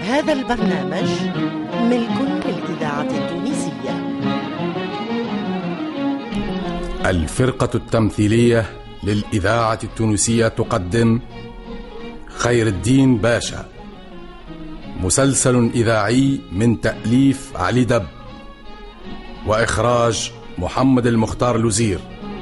هذا البرنامج ملك للإذاعة التونسية. الفرقة التمثيلية للإذاعة التونسية تقدم خير الدين باشا، مسلسل إذاعي من تأليف علي دب وإخراج محمد المختار لوزير.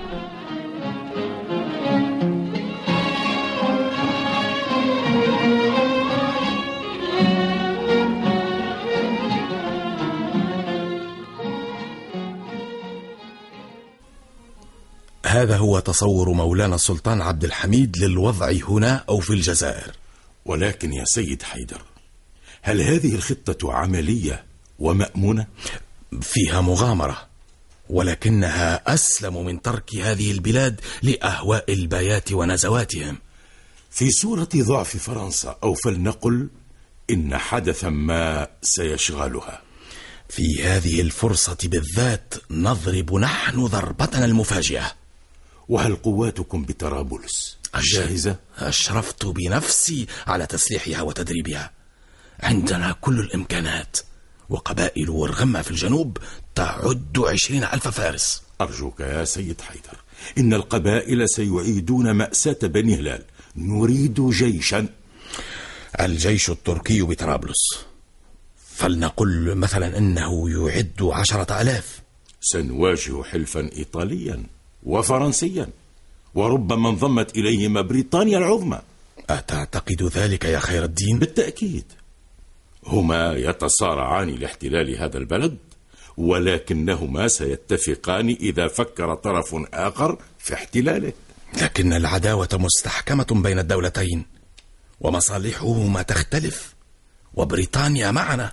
هذا هو تصور مولانا السلطان عبد الحميد للوضع هنا أو في الجزائر. ولكن يا سيد حيدر، هل هذه الخطة عملية ومأمونة؟ فيها مغامرة، ولكنها أسلم من ترك هذه البلاد لأهواء البايات ونزواتهم. في صورة ضعف فرنسا، أو فلنقل إن حدثا ما سيشغلها. في هذه الفرصة بالذات نضرب نحن ضربتنا المفاجئة. وهل قواتكم بطرابلس جاهزة؟ أشرفت بنفسي على تسليحها وتدريبها. عندنا كل الإمكانات، وقبائل ورغمة في الجنوب تعد 20,000 فارس. أرجوك يا سيد حيدر، إن القبائل سيعيدون مأساة بني هلال. نريد جيشا. الجيش التركي بطرابلس، فلنقل مثلا أنه يعد 10,000. سنواجه حلفا إيطاليا وفرنسيا، وربما انضمت إليهما بريطانيا العظمى. أتعتقد ذلك يا خير الدين؟ بالتأكيد. هما يتصارعان لاحتلال هذا البلد، ولكنهما سيتفقان إذا فكر طرف آخر في احتلاله. لكن العداوة مستحكمة بين الدولتين، ومصالحهما تختلف، وبريطانيا معنا.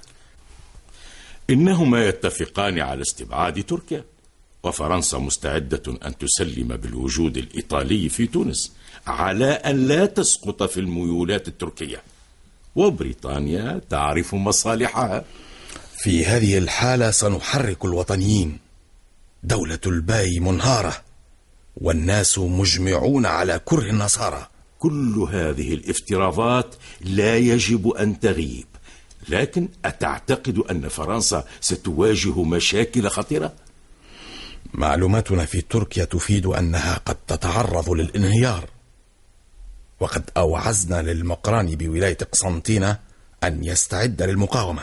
إنهما يتفقان على استبعاد تركيا، وفرنسا مستعدة أن تسلم بالوجود الإيطالي في تونس على أن لا تسقط في الميولات التركية، وبريطانيا تعرف مصالحها. في هذه الحالة سنحرك الوطنيين. دولة الباي منهارة، والناس مجمعون على كره النصارى. كل هذه الافتراضات لا يجب أن تغيب، لكن أتعتقد أن فرنسا ستواجه مشاكل خطيرة؟ معلوماتنا في تركيا تفيد أنها قد تتعرض للانهيار، وقد أوعزنا للمقران بولاية قسنطينة أن يستعد للمقاومة.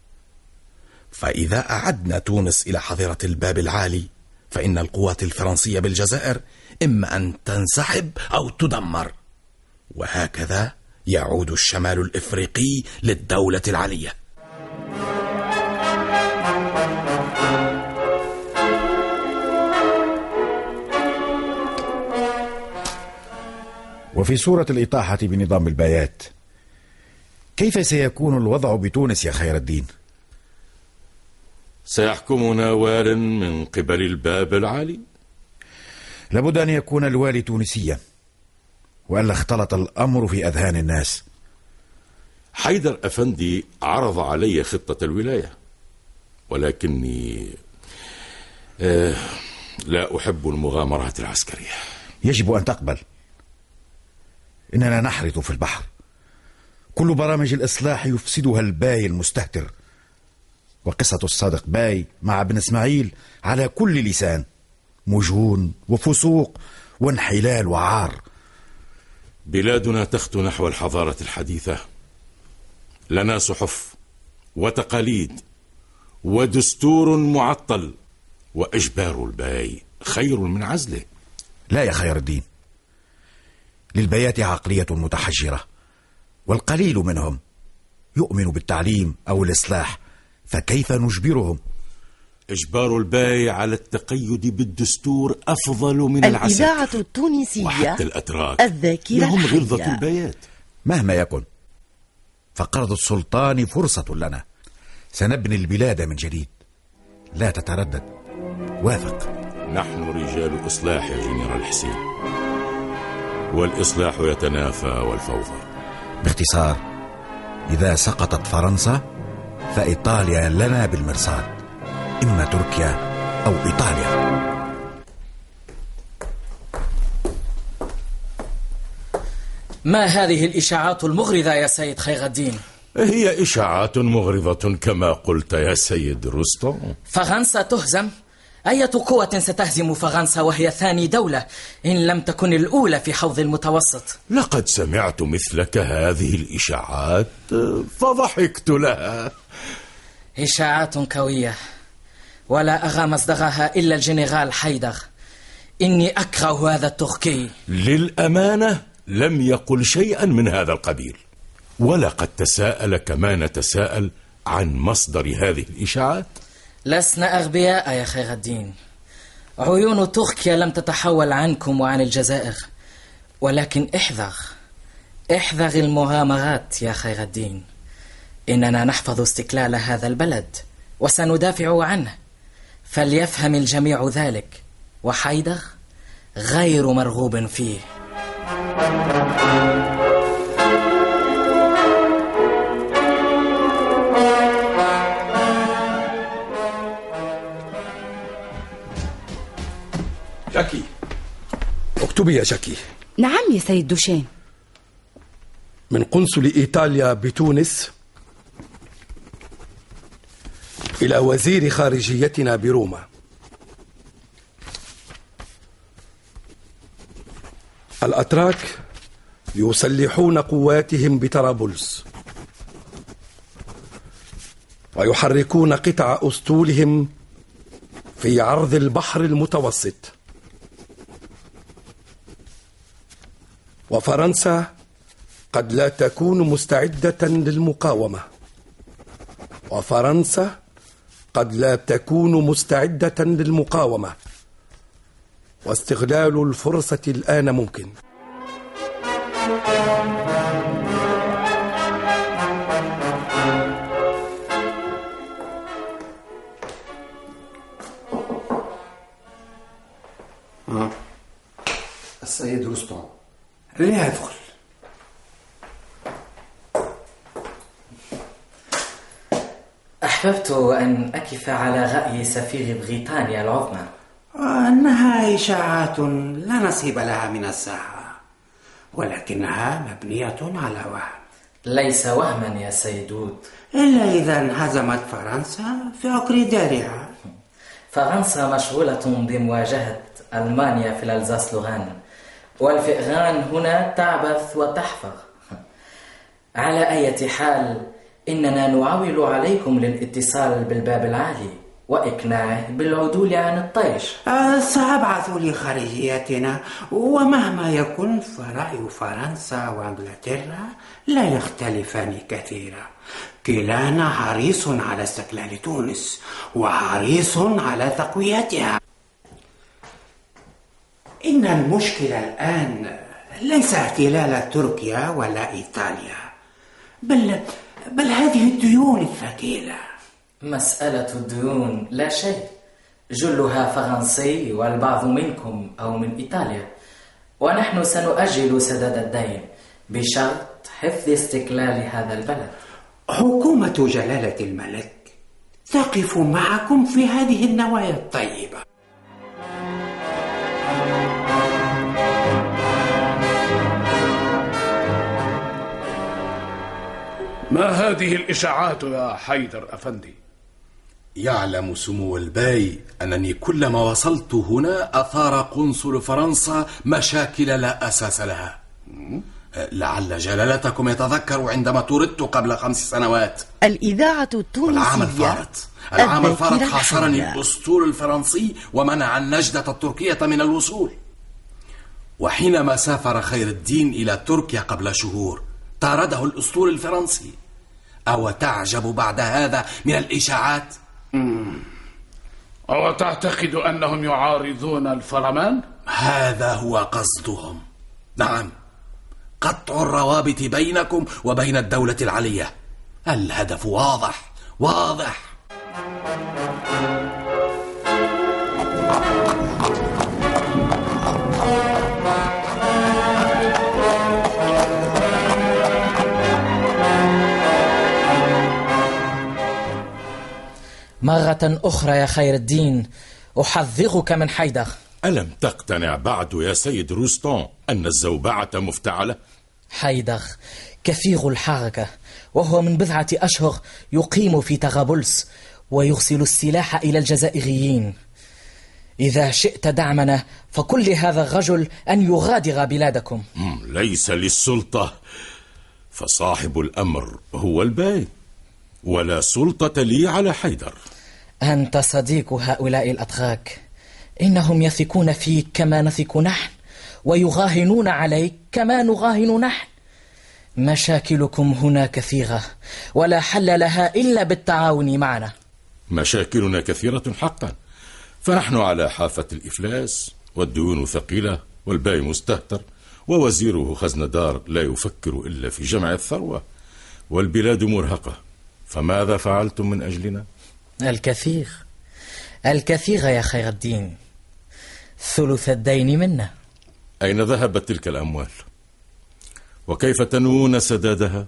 فإذا أعدنا تونس إلى حظيرة الباب العالي، فإن القوات الفرنسية بالجزائر إما أن تنسحب أو تدمر، وهكذا يعود الشمال الإفريقي للدولة العلية. وفي صورة الإطاحة بنظام البايات، كيف سيكون الوضع بتونس يا خير الدين؟ سيحكمنا وال من قبل الباب العالي. لابد أن يكون الوالي تونسيا، وألا اختلط الأمر في أذهان الناس. حيدر أفندي عرض علي خطة الولاية، ولكني لا أحب المغامرات العسكرية. يجب أن تقبل. إننا نحرث في البحر. كل برامج الإصلاح يفسدها الباي المستهتر، وقصة الصادق باي مع ابن إسماعيل على كل لسان، مجون وفسوق وانحلال وعار. بلادنا تخطو نحو الحضارة الحديثة. لنا صحف وتقاليد ودستور معطل، وإجبار الباي خير من عزله. لا يا خير الدين، للبيات عقلية متحجرة، والقليل منهم يؤمن بالتعليم أو الإصلاح، فكيف نجبرهم؟ إجبار الباي على التقيد بالدستور أفضل من العسكر. الإذاعة التونسية وحتى الأتراك الذاكرة لهم الحية. غلظة البيات. مهما يكن، فقرض السلطان فرصة لنا. سنبني البلاد من جديد، لا تتردد، واثق. نحن رجال إصلاح يا جنرال حسين، والإصلاح يتنافى والفوضى. باختصار، إذا سقطت فرنسا فإيطاليا لنا بالمرصاد، إما تركيا أو إيطاليا. ما هذه الإشاعات المغرضة يا سيد خير الدين؟ هي إشاعات مغرضة كما قلت يا سيد روستون. فرنسا تهزم؟ أية قوة ستهزم فرنسا وهي ثاني دولة إن لم تكن الأولى في حوض المتوسط؟ لقد سمعت مثلك هذه الإشاعات فضحكت لها. إشاعات قوية ولا أرى مصدرها إلا الجنرال حيدر. إني أكره هذا التركي. للأمانة لم يقل شيئا من هذا القبيل، ولقد تساءل كما نتساءل عن مصدر هذه الإشاعات. لسنا أغبياء يا خير الدين. عيون تركيا لم تتحول عنكم وعن الجزائر، ولكن احذر المغامرات يا خير الدين. إننا نحفظ استقلال هذا البلد وسندافع عنه، فليفهم الجميع ذلك، وحيدر غير مرغوب فيه. جاكي، اكتبي يا جاكي. نعم يا سيد دوشين. من قنصل إيطاليا بتونس إلى وزير خارجيتنا بروما: الأتراك يسلحون قواتهم بطرابلس ويحركون قطع أسطولهم في عرض البحر المتوسط، وفرنسا قد لا تكون مستعدة للمقاومة، واستغلال الفرصة الآن ممكن. السيد روستون، ليدخل. أحببت أن أكف على رأي سفير بريطانيا العظمى. أنها إشاعات لا نصيب لها من الصحة، ولكنها مبنية على وهم. ليس وهما يا سيدود، إلا إذا انهزمت فرنسا في عقر دارها. فرنسا مشغولة بمواجهة ألمانيا في الألزاس لوغان، والفئران هنا تعبث وتحفر. على أي حال، إننا نعول عليكم للاتصال بالباب العالي وإقناعه بالعدول عن الطيش. سأبعث لخارجيتنا، ومهما يكن فرأي فرنسا وإنجلترا لا يختلفان كثيرا. كلانا حريص على استقلال تونس وحريص على تقويتها. إن المشكلة الآن ليس احتلال تركيا ولا إيطاليا، بل هذه الديون الثقيلة. مسألة الديون لا شيء، جلها فرنسي والبعض منكم أو من إيطاليا، ونحن سنؤجل سداد الدين بشرط حفظ استقلال هذا البلد. حكومة جلالة الملك تقف معكم في هذه النوايا الطيبة. ما هذه الإشاعات يا حيدر أفندي؟ يعلم سمو الباي أنني كلما وصلت هنا أثار قنصل فرنسا مشاكل لا أساس لها. لعل جلالتكم يتذكر عندما طردت قبل 5 سنوات. الإذاعة التونسية. العام الفارط حاصرني الأسطول الفرنسي ومنع النجدة التركية من الوصول. وحينما سافر خير الدين إلى تركيا قبل شهور طارده الأسطول الفرنسي. أو تعجب بعد هذا من الإشاعات؟ أو تعتقد أنهم يعارضون الفرمان؟ هذا هو قصدهم. نعم، قطع الروابط بينكم وبين الدولة العلية. الهدف واضح. مرة أخرى يا خير الدين أحذرك من حيدر. ألم تقتنع بعد يا سيد روستون أن الزوبعة مفتعلة؟ حيدر كثير الحركة وهو من بضعة أشهر يقيم في طرابلس ويرسل السلاح إلى الجزائريين. إذا شئت دعمنا فقل لهذا الرجل أن يغادر بلادكم. ليس للسلطة، فصاحب الأمر هو الباي، ولا سلطة لي على حيدر. أنت صديق هؤلاء الأتراك، إنهم يثقون فيك كما نثق نحن، ويراهنون عليك كما نراهن نحن. مشاكلكم هنا كثيرة، ولا حل لها إلا بالتعاون معنا. مشاكلنا كثيرة حقا، فنحن على حافة الإفلاس، والديون ثقيلة، والباي مستهتر، ووزيره خزندار لا يفكر إلا في جمع الثروة، والبلاد مرهقة. فماذا فعلتم من أجلنا؟ الكثير الكثير يا خير الدين، ثلث الدين منا. أين ذهبت تلك الأموال؟ وكيف تنوون سدادها؟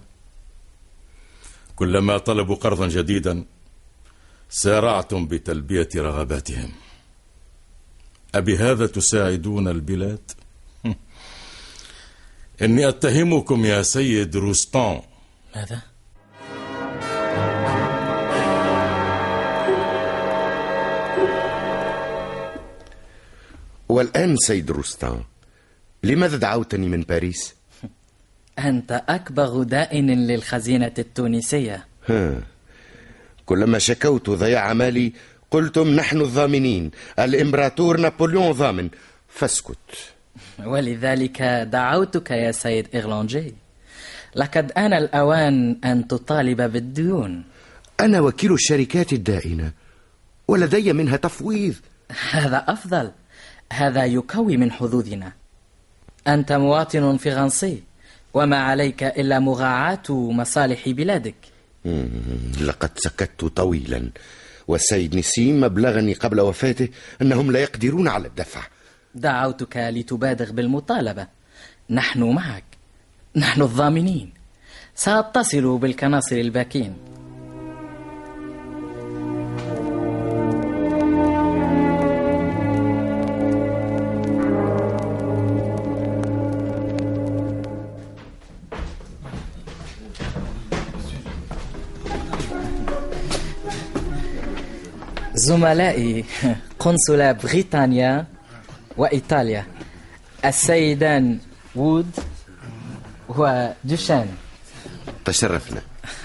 كلما طلبوا قرضا جديدا سارعتم بتلبية رغباتهم. أبهذا تساعدون البلاد؟ إني أتهمكم يا سيد روستان. ماذا؟ والآن سيد روستان، لماذا دعوتني من باريس؟ أنت أكبر دائن للخزينة التونسية. كلما شكوت ضياع مالي قلتم نحن الضامنين، الإمبراطور نابليون ضامن، فاسكت. ولذلك دعوتك يا سيد إغلانجي، لقد آن الأوان أن تطالب بالديون. أنا وكيل الشركات الدائنة ولدي منها تفويض. هذا أفضل، هذا يقوي من حظوظنا. أنت مواطن فرنسي، وما عليك إلا مراعاة مصالح بلادك. لقد سكت طويلا، والسيد نسيم أبلغني قبل وفاته أنهم لا يقدرون على الدفع. دعوتك لتبادر بالمطالبة، نحن معك، نحن الضامنين، سأتصل بالكناصر الباكين. زملائي قنصل بريطانيا وإيطاليا، السيدان وود ودوشان. تشرفنا.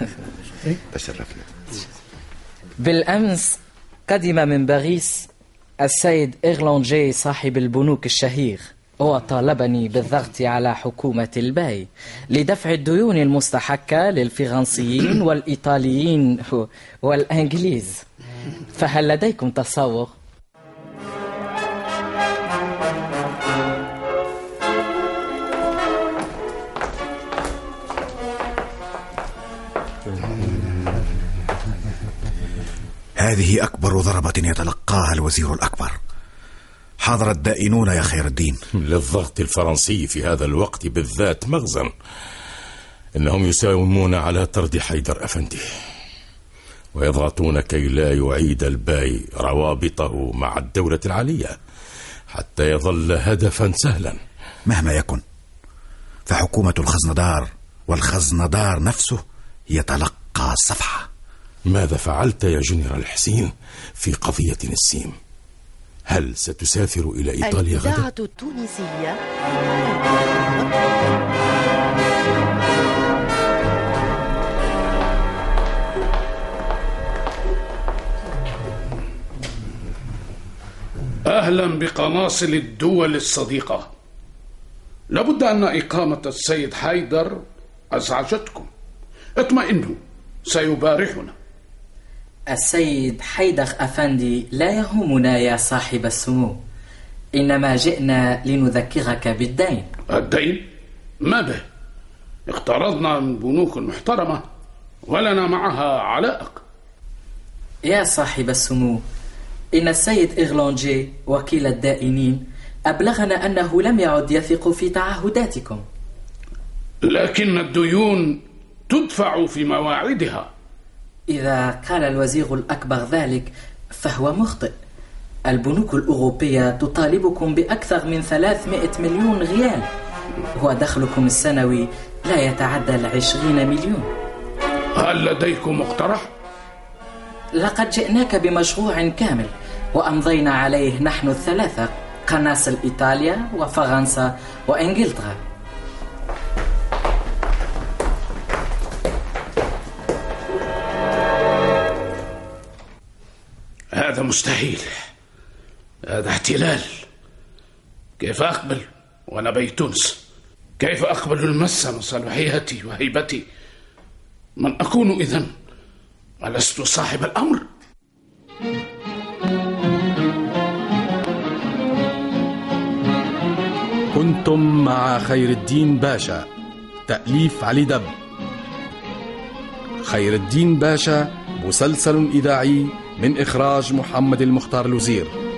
بالأمس قدم من باريس السيد إغلانجي صاحب البنوك الشهير، وطالبني بالضغط على حكومة الباي لدفع الديون المستحقة للفرنسيين والإيطاليين والإنجليز. فهل لديكم تصور؟ هذه أكبر ضربة يتلقاها الوزير الأكبر. حاضر الدائنون يا خير الدين. للضغط الفرنسي في هذا الوقت بالذات مغزى. إنهم يساومون على طرد حيدر أفندي، ويضغطون كي لا يعيد الباي روابطه مع الدولة العلية حتى يظل هدفا سهلا. مهما يكن، فحكومة الخزندار والخزندار نفسه يتلقى صفحة. ماذا فعلت يا جنرال حسين في قضية نسيم؟ هل ستسافر إلى إيطاليا غدا؟ الإذاعة التونسية. أهلا بقناصل الدول الصديقة. لابد أن إقامة السيد حيدر أزعجتكم. اطمئنوا، سيبارحنا. السيد حيدر أفندي لا يهمنا يا صاحب السمو، إنما جئنا لنذكرك بالدين. الدين؟ ما به؟ اقترضنا من بنوك محترمة ولنا معها علائق. يا صاحب السمو، إن السيد إغلانجي وكيل الدائنين أبلغنا أنه لم يعد يثق في تعهداتكم. لكن الديون تدفع في مواعيدها. إذا قال الوزير الأكبر ذلك فهو مخطئ. البنوك الأوروبية تطالبكم بأكثر من 300 مليون ريال، ودخلكم السنوي لا يتعدى 20 مليون. هل لديكم مقترح؟ لقد جئناك بمشروع كامل وأمضينا عليه نحن الثلاثة، قناصل إيطاليا وفرنسا وإنجلترا. هذا مستحيل، هذا احتلال. كيف أقبل وأنا بتونس؟ كيف أقبل المس من صلاحيتي وهيبتي؟ من أكون إذن؟ ألست صاحب الأمر؟ كنتم مع خير الدين باشا، تأليف علي دب. خير الدين باشا مسلسل إذاعي من إخراج محمد المختار الوزير.